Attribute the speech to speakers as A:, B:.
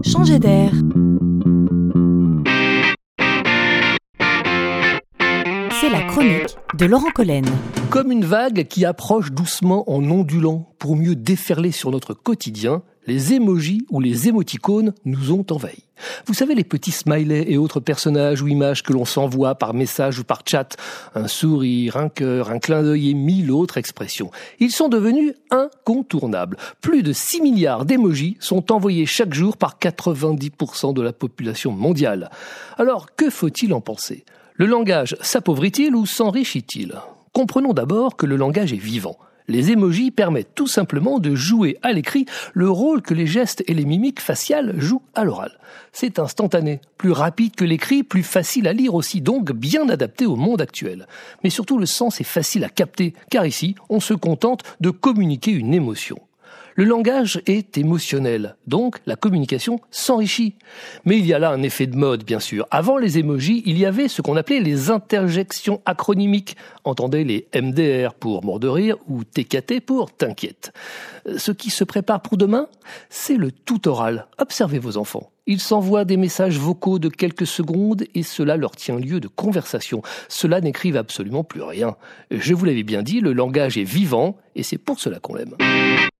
A: Changer d'air. C'est la chronique de Laurent Collen.
B: Comme une vague qui approche doucement en ondulant pour mieux déferler sur notre quotidien, les émojis ou les émoticônes nous ont envahis. Vous savez, les petits smileys et autres personnages ou images que l'on s'envoie par message ou par chat, un sourire, un cœur, un clin d'œil et 1000 autres expressions. Ils sont devenus incontournables. Plus de 6 milliards d'émojis sont envoyés chaque jour par 90% de la population mondiale. Alors, que faut-il en penser ? Le langage s'appauvrit-il ou s'enrichit-il ? Comprenons d'abord que le langage est vivant. Les émojis permettent tout simplement de jouer à l'écrit le rôle que les gestes et les mimiques faciales jouent à l'oral. C'est instantané, plus rapide que l'écrit, plus facile à lire aussi, donc bien adapté au monde actuel. Mais surtout, le sens est facile à capter, car ici, on se contente de communiquer une émotion. Le langage est émotionnel, donc la communication s'enrichit. Mais il y a là un effet de mode, bien sûr. Avant les émojis, il y avait ce qu'on appelait les interjections acronymiques. Entendez les MDR pour mort de rire ou TKT pour t'inquiète. Ce qui se prépare pour demain, c'est le tout oral. Observez vos enfants. Ils s'envoient des messages vocaux de quelques secondes et cela leur tient lieu de conversation. Cela n'écrivent absolument plus rien. Je vous l'avais bien dit, le langage est vivant et c'est pour cela qu'on l'aime.